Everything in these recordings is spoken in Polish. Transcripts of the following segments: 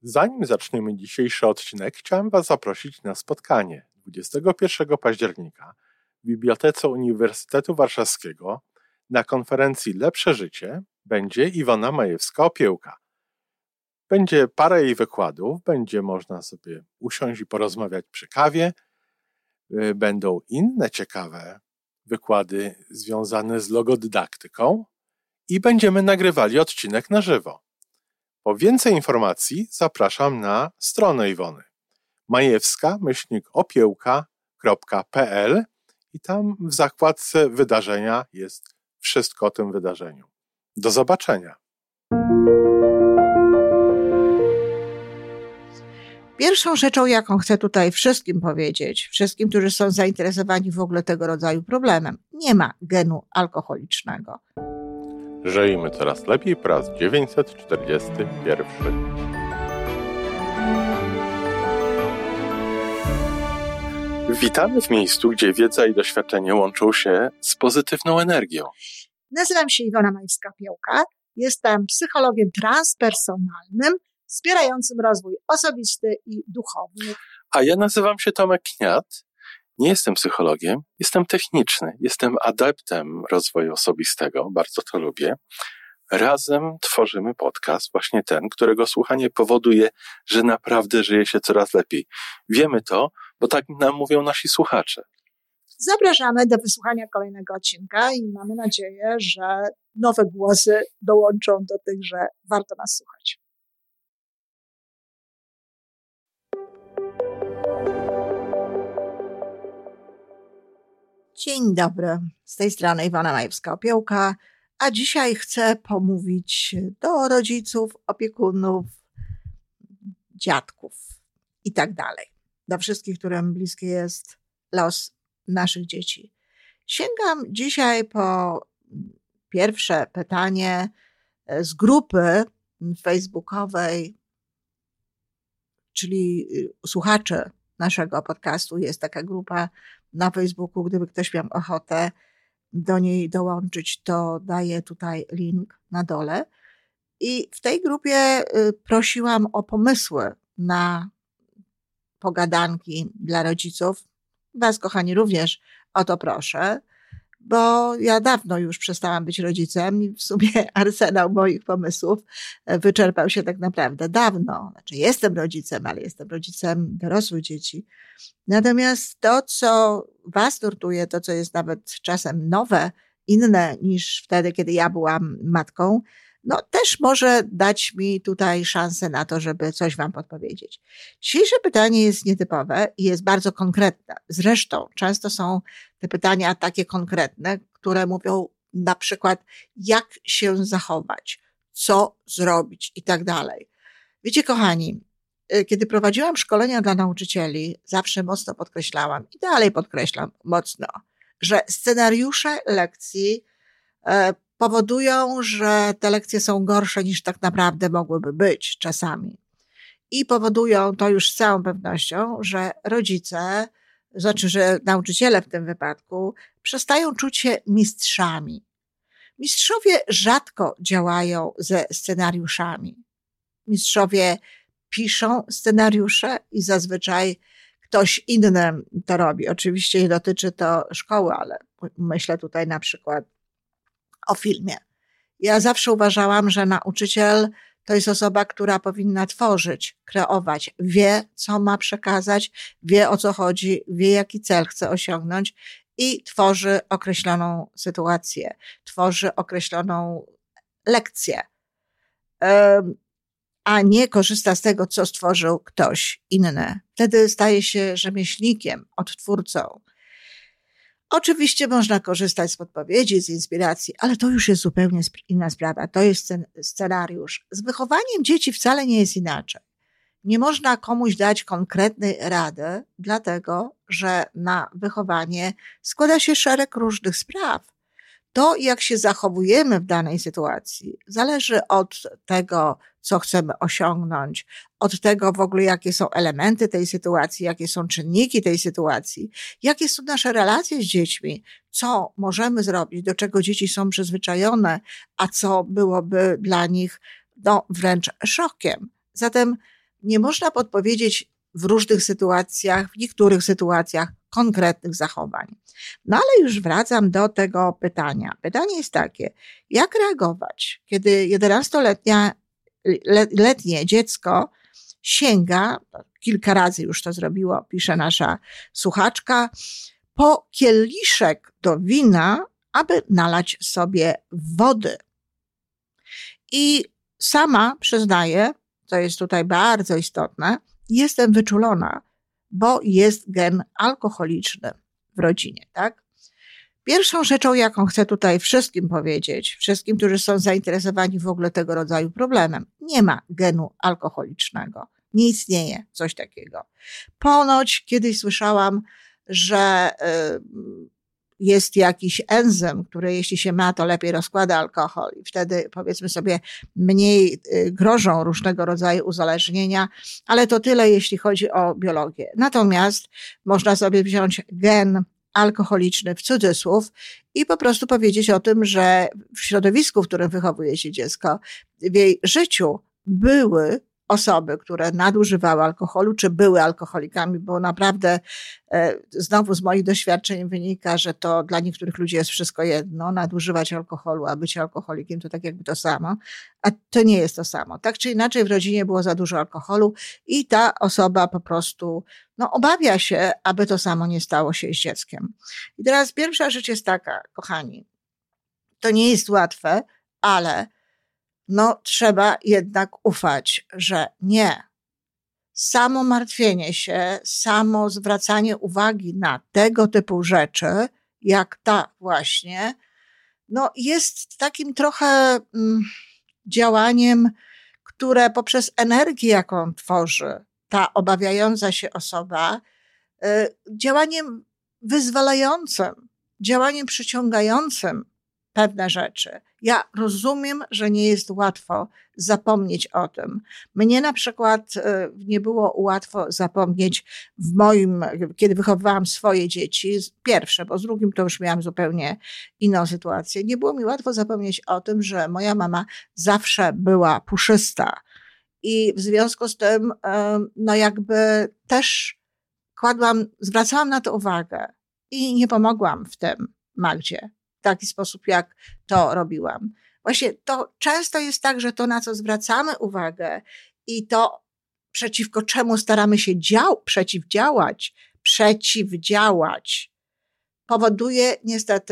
Zanim zaczniemy dzisiejszy odcinek, chciałem Was zaprosić na spotkanie 21 października w Bibliotece Uniwersytetu Warszawskiego na konferencji Lepsze Życie będzie Iwona Majewska-Opiełka. Będzie parę jej wykładów, będzie można sobie usiąść i porozmawiać przy kawie. Będą inne ciekawe wykłady związane z logodydaktyką i będziemy nagrywali odcinek na żywo. Po więcej informacji zapraszam na stronę Iwony majewska-opiełka.pl i tam w zakładce wydarzenia jest wszystko o tym wydarzeniu. Do zobaczenia. Pierwszą rzeczą, jaką chcę tutaj wszystkim powiedzieć, wszystkim, którzy są zainteresowani w ogóle tego rodzaju problemem, nie ma genu alkoholicznego. Żyjmy coraz lepiej po raz 941. Witamy w miejscu, gdzie wiedza i doświadczenie łączą się z pozytywną energią. Nazywam się Iwona Majewska-Opiełka, jestem psychologiem transpersonalnym, wspierającym rozwój osobisty i duchowy. A ja nazywam się Tomek Kniat, nie jestem psychologiem, jestem techniczny, jestem adeptem rozwoju osobistego, bardzo to lubię. Razem tworzymy podcast, właśnie ten, którego słuchanie powoduje, że naprawdę żyje się coraz lepiej. Wiemy to, bo tak nam mówią nasi słuchacze. Zapraszamy do wysłuchania kolejnego odcinka i mamy nadzieję, że nowe głosy dołączą do tych, że warto nas słuchać. Dzień dobry, z tej strony Iwona Majewska-Opiełka, a dzisiaj chcę pomówić do rodziców, opiekunów, dziadków i tak dalej. Do wszystkich, którym bliski jest los naszych dzieci. Sięgam dzisiaj po pierwsze pytanie z grupy facebookowej, czyli słuchaczy naszego podcastu. Jest taka grupa na Facebooku, gdyby ktoś miał ochotę do niej dołączyć, to daję tutaj link na dole. I w tej grupie prosiłam o pomysły na pogadanki dla rodziców. Was, kochani, również o to proszę, bo ja dawno już przestałam być rodzicem i w sumie arsenał moich pomysłów wyczerpał się tak naprawdę dawno. Znaczy jestem rodzicem, ale jestem rodzicem dorosłych dzieci. Natomiast to, co was nurtuje, to, co jest nawet czasem nowe, inne niż wtedy, kiedy ja byłam matką, no też może dać mi tutaj szansę na to, żeby coś wam podpowiedzieć. Dzisiejsze pytanie jest nietypowe i jest bardzo konkretne. Zresztą często są te pytania takie konkretne, które mówią na przykład, jak się zachować, co zrobić i tak dalej. Wiecie, kochani, kiedy prowadziłam szkolenia dla nauczycieli, zawsze mocno podkreślałam i dalej podkreślam mocno, że scenariusze lekcji powodują, że te lekcje są gorsze niż tak naprawdę mogłyby być czasami. I powodują to już z całą pewnością, że rodzice, znaczy, że nauczyciele w tym wypadku przestają czuć się mistrzami. Mistrzowie rzadko działają ze scenariuszami. Mistrzowie piszą scenariusze i zazwyczaj ktoś inny to robi. Oczywiście nie dotyczy to szkoły, ale myślę tutaj na przykład o filmie. Ja zawsze uważałam, że nauczyciel to jest osoba, która powinna tworzyć, kreować, wie, co ma przekazać, wie, o co chodzi, wie, jaki cel chce osiągnąć i tworzy określoną sytuację, tworzy określoną lekcję, a nie korzysta z tego, co stworzył ktoś inny. Wtedy staje się rzemieślnikiem, odtwórcą. Oczywiście można korzystać z podpowiedzi, z inspiracji, ale to już jest zupełnie inna sprawa. To jest scenariusz. Z wychowaniem dzieci wcale nie jest inaczej. Nie można komuś dać konkretnej rady, dlatego że na wychowanie składa się szereg różnych spraw. To, jak się zachowujemy w danej sytuacji, zależy od tego, co chcemy osiągnąć, od tego w ogóle, jakie są elementy tej sytuacji, jakie są czynniki tej sytuacji, jakie są nasze relacje z dziećmi, co możemy zrobić, do czego dzieci są przyzwyczajone, a co byłoby dla nich wręcz szokiem. Zatem nie można podpowiedzieć w różnych sytuacjach, w niektórych sytuacjach konkretnych zachowań. No ale już wracam do tego pytania. Pytanie jest takie, jak reagować, kiedy 11-letnie dziecko sięga, kilka razy już to zrobiło, pisze nasza słuchaczka, po kieliszek do wina, aby nalać sobie wody. I sama przyznaję, co jest tutaj bardzo istotne, jestem wyczulona, bo jest gen alkoholiczny w rodzinie, tak? Pierwszą rzeczą, jaką chcę tutaj wszystkim powiedzieć, wszystkim, którzy są zainteresowani w ogóle tego rodzaju problemem, nie ma genu alkoholicznego. Nie istnieje coś takiego. Ponoć kiedyś słyszałam, że jest jakiś enzym, który jeśli się ma, to lepiej rozkłada alkohol i wtedy, powiedzmy sobie, mniej grożą różnego rodzaju uzależnienia, ale to tyle, jeśli chodzi o biologię. Natomiast można sobie wziąć gen alkoholiczny w cudzysłów i po prostu powiedzieć o tym, że w środowisku, w którym wychowuje się dziecko, w jej życiu były osoby, które nadużywały alkoholu, czy były alkoholikami, bo naprawdę znowu z moich doświadczeń wynika, że to dla niektórych ludzi jest wszystko jedno, nadużywać alkoholu, a być alkoholikiem to tak jakby to samo, a to nie jest to samo. Tak czy inaczej w rodzinie było za dużo alkoholu i ta osoba po prostu obawia się, aby to samo nie stało się z dzieckiem. I teraz pierwsza rzecz jest taka, kochani, to nie jest łatwe, ale trzeba jednak ufać, że nie. Samo martwienie się, samo zwracanie uwagi na tego typu rzeczy, jak ta właśnie, jest takim trochę działaniem, które poprzez energię, jaką tworzy ta obawiająca się osoba, działaniem wyzwalającym, działaniem przyciągającym pewne rzeczy. Ja rozumiem, że nie jest łatwo zapomnieć o tym. Mnie na przykład nie było łatwo zapomnieć kiedy wychowywałam swoje dzieci, pierwsze, bo z drugim to już miałam zupełnie inną sytuację. Nie było mi łatwo zapomnieć o tym, że moja mama zawsze była puszysta i w związku z tym, jakby też zwracałam na to uwagę i nie pomogłam w tym Magdzie. W taki sposób, jak to robiłam. Właśnie to często jest tak, że to, na co zwracamy uwagę i to, przeciwko czemu staramy się przeciwdziałać, powoduje niestety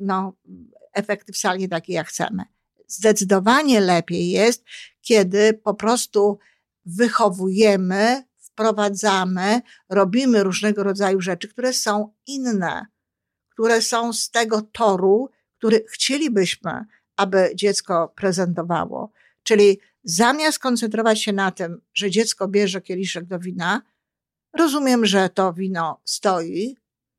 efekty wcale nie takie, jak chcemy. Zdecydowanie lepiej jest, kiedy po prostu wychowujemy, wprowadzamy, robimy różnego rodzaju rzeczy, które są inne, które są z tego toru, który chcielibyśmy, aby dziecko prezentowało. Czyli zamiast koncentrować się na tym, że dziecko bierze kieliszek do wina, rozumiem, że to wino stoi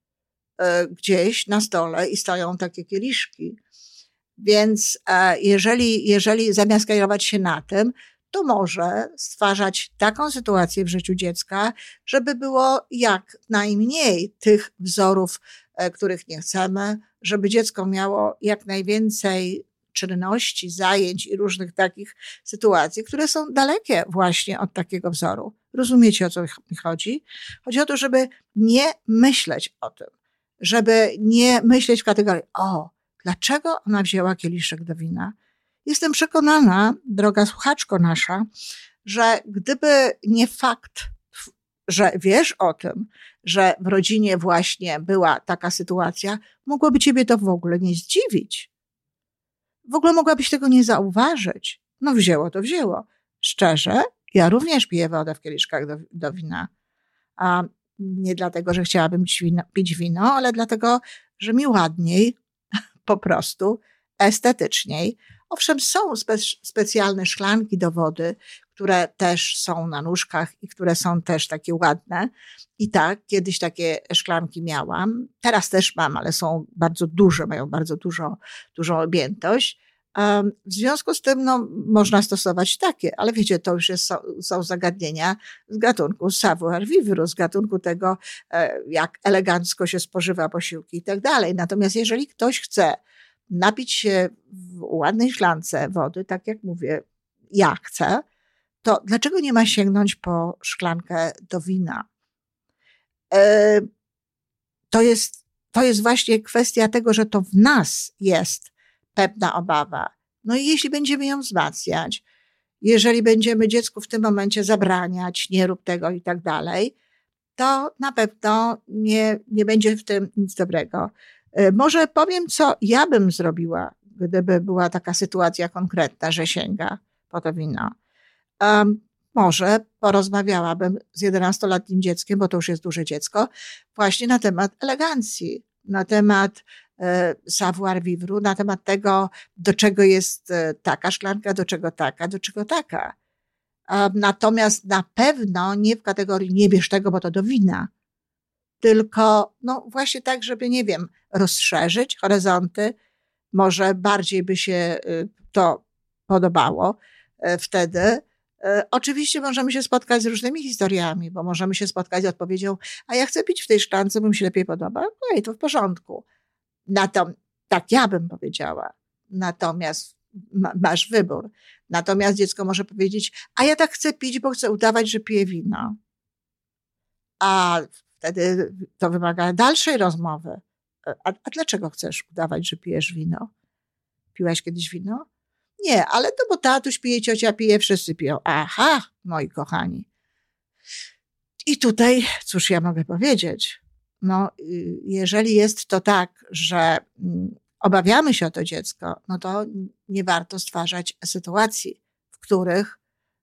gdzieś na stole i stoją takie kieliszki. Więc jeżeli zamiast kierować się na tym, to może stwarzać taką sytuację w życiu dziecka, żeby było jak najmniej tych wzorów, których nie chcemy, żeby dziecko miało jak najwięcej czynności, zajęć i różnych takich sytuacji, które są dalekie właśnie od takiego wzoru. Rozumiecie, o co mi chodzi? Chodzi o to, żeby nie myśleć o tym, żeby nie myśleć w kategorii, dlaczego ona wzięła kieliszek do wina? Jestem przekonana, droga słuchaczko nasza, że gdyby nie fakt, że wiesz o tym, że w rodzinie właśnie była taka sytuacja, mogłoby ciebie to w ogóle nie zdziwić. W ogóle mogłabyś tego nie zauważyć. Wzięło to wzięło. Szczerze, ja również piję wodę w kieliszkach do wina. A nie dlatego, że chciałabym pić wino, ale dlatego, że mi ładniej, po prostu estetyczniej. Owszem, są specjalne szklanki do wody, które też są na nóżkach i które są też takie ładne. I tak, kiedyś takie szklanki miałam. Teraz też mam, ale są bardzo duże, mają bardzo dużą objętość. W związku z tym można stosować takie, ale wiecie, to już są zagadnienia z gatunku savoir-vivre, z gatunku tego, jak elegancko się spożywa posiłki i tak dalej. Natomiast jeżeli ktoś chce napić się w ładnej szklance wody, tak jak mówię, ja chcę, to dlaczego nie ma sięgnąć po szklankę do wina? To jest właśnie kwestia tego, że to w nas jest pewna obawa. No i jeśli będziemy ją wzmacniać, jeżeli będziemy dziecku w tym momencie zabraniać, nie rób tego i tak dalej, to na pewno nie będzie w tym nic dobrego. Może powiem, co ja bym zrobiła, gdyby była taka sytuacja konkretna, że sięga po to wino. Może porozmawiałabym z 11-letnim dzieckiem, bo to już jest duże dziecko, właśnie na temat elegancji, na temat savoir vivre, na temat tego, do czego jest taka szklanka, do czego taka. Natomiast na pewno nie w kategorii nie bierz tego, bo to do wina, tylko no właśnie tak, żeby, nie wiem, rozszerzyć horyzonty, może bardziej by się to podobało wtedy. Oczywiście możemy się spotkać z różnymi historiami, bo możemy się spotkać z odpowiedzią, a ja chcę pić w tej szklance, bo mi się lepiej podoba. No i to w porządku. Tak ja bym powiedziała. Natomiast masz wybór. Natomiast dziecko może powiedzieć, a ja tak chcę pić, bo chcę udawać, że piję wino. A wtedy to wymaga dalszej rozmowy. A dlaczego chcesz udawać, że pijesz wino? Piłaś kiedyś wino? Nie, ale to bo tatuś pije, ciocia pije, wszyscy piją. Aha, moi kochani. I tutaj, cóż ja mogę powiedzieć? No, jeżeli jest to tak, że obawiamy się o to dziecko, no to nie warto stwarzać sytuacji, w których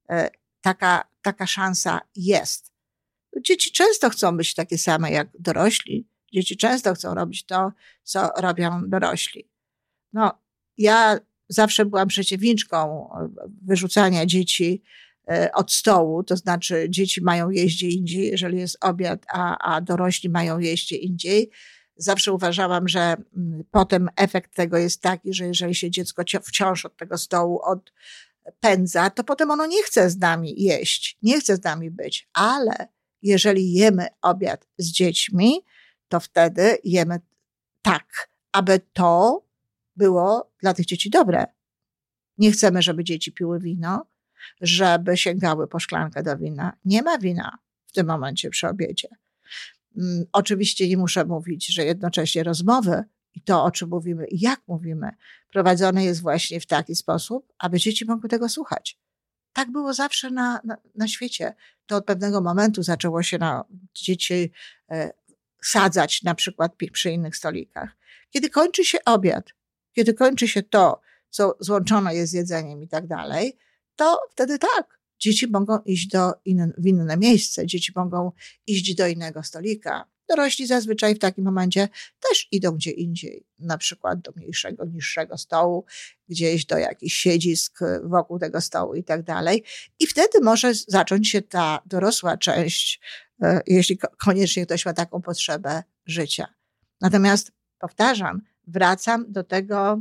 taka szansa jest. Dzieci często chcą być takie same jak dorośli. Dzieci często chcą robić to, co robią dorośli. No, ja zawsze byłam przeciwniczką wyrzucania dzieci od stołu, to znaczy dzieci mają jeść gdzie indziej, jeżeli jest obiad, a dorośli mają jeść gdzie indziej. Zawsze uważałam, że potem efekt tego jest taki, że jeżeli się dziecko wciąż od tego stołu odpędza, to potem ono nie chce z nami jeść, nie chce z nami być, ale jeżeli jemy obiad z dziećmi, to wtedy jemy tak, aby to było dla tych dzieci dobre. Nie chcemy, żeby dzieci piły wino, żeby sięgały po szklankę do wina. Nie ma wina w tym momencie przy obiedzie. Oczywiście nie muszę mówić, że jednocześnie rozmowy i to, o czym mówimy i jak mówimy, prowadzone jest właśnie w taki sposób, aby dzieci mogły tego słuchać. Tak było zawsze na świecie. To od pewnego momentu zaczęło się dzieci sadzać na przykład przy innych stolikach. Kiedy kończy się obiad, kiedy kończy się to, co złączone jest z jedzeniem i tak dalej, to wtedy tak, dzieci mogą iść w inne miejsce, dzieci mogą iść do innego stolika. Dorośli zazwyczaj w takim momencie też idą gdzie indziej, na przykład do mniejszego, niższego stołu, gdzieś do jakichś siedzisk wokół tego stołu i tak dalej. I wtedy może zacząć się ta dorosła część, jeśli koniecznie ktoś ma taką potrzebę życia. Natomiast powtarzam, wracam do tego,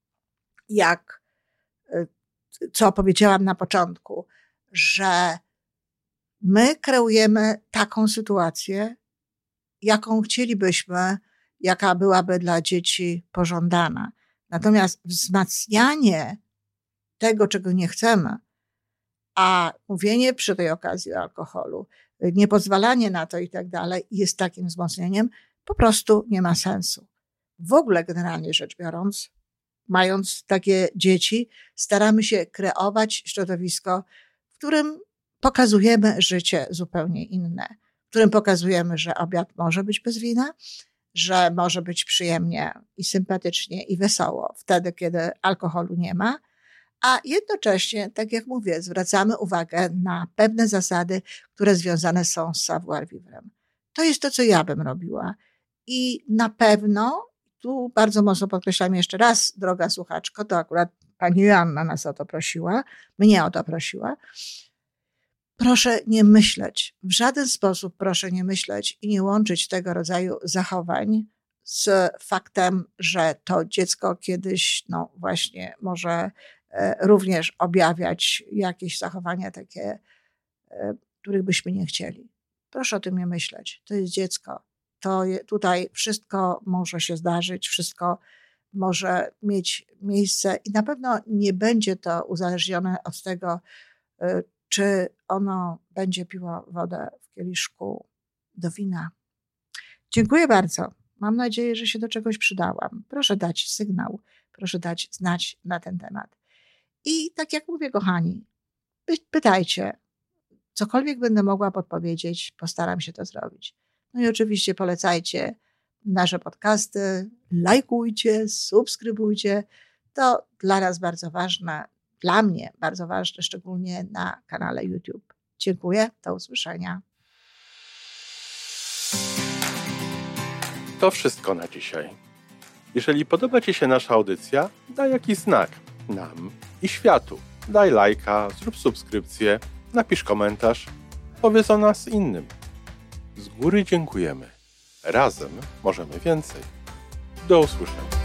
co powiedziałam na początku, że my kreujemy taką sytuację, jaką chcielibyśmy, jaka byłaby dla dzieci pożądana. Natomiast wzmacnianie tego, czego nie chcemy, a mówienie przy tej okazji o alkoholu, niepozwalanie na to i tak dalej jest takim wzmocnieniem, po prostu nie ma sensu. W ogóle generalnie rzecz biorąc, mając takie dzieci, staramy się kreować środowisko, w którym pokazujemy życie zupełnie inne, w którym pokazujemy, że obiad może być bez wina, że może być przyjemnie i sympatycznie i wesoło wtedy, kiedy alkoholu nie ma, a jednocześnie, tak jak mówię, zwracamy uwagę na pewne zasady, które związane są z savoir vivre. To jest to, co ja bym robiła. I na pewno, tu bardzo mocno podkreślam jeszcze raz, droga słuchaczko, to akurat pani Joanna nas o to prosiła, mnie o to prosiła. Proszę nie myśleć, w żaden sposób proszę nie myśleć i nie łączyć tego rodzaju zachowań z faktem, że to dziecko kiedyś, no właśnie, może również objawiać jakieś zachowania takie, których byśmy nie chcieli. Proszę o tym nie myśleć. To jest dziecko. Tutaj wszystko może się zdarzyć, wszystko może mieć miejsce i na pewno nie będzie to uzależnione od tego, czy ono będzie piło wodę w kieliszku do wina. Dziękuję bardzo. Mam nadzieję, że się do czegoś przydałam. Proszę dać sygnał, proszę dać znać na ten temat. I tak jak mówię, kochani, pytajcie. Cokolwiek będę mogła podpowiedzieć, postaram się to zrobić. No i oczywiście polecajcie nasze podcasty, lajkujcie, subskrybujcie. To dla nas bardzo ważne, dla mnie bardzo ważne, szczególnie na kanale YouTube. Dziękuję, do usłyszenia. To wszystko na dzisiaj. Jeżeli podoba Ci się nasza audycja, daj jakiś znak nam i światu. Daj lajka, zrób subskrypcję, napisz komentarz, powiedz o nas innym. Z góry dziękujemy. Razem możemy więcej. Do usłyszenia.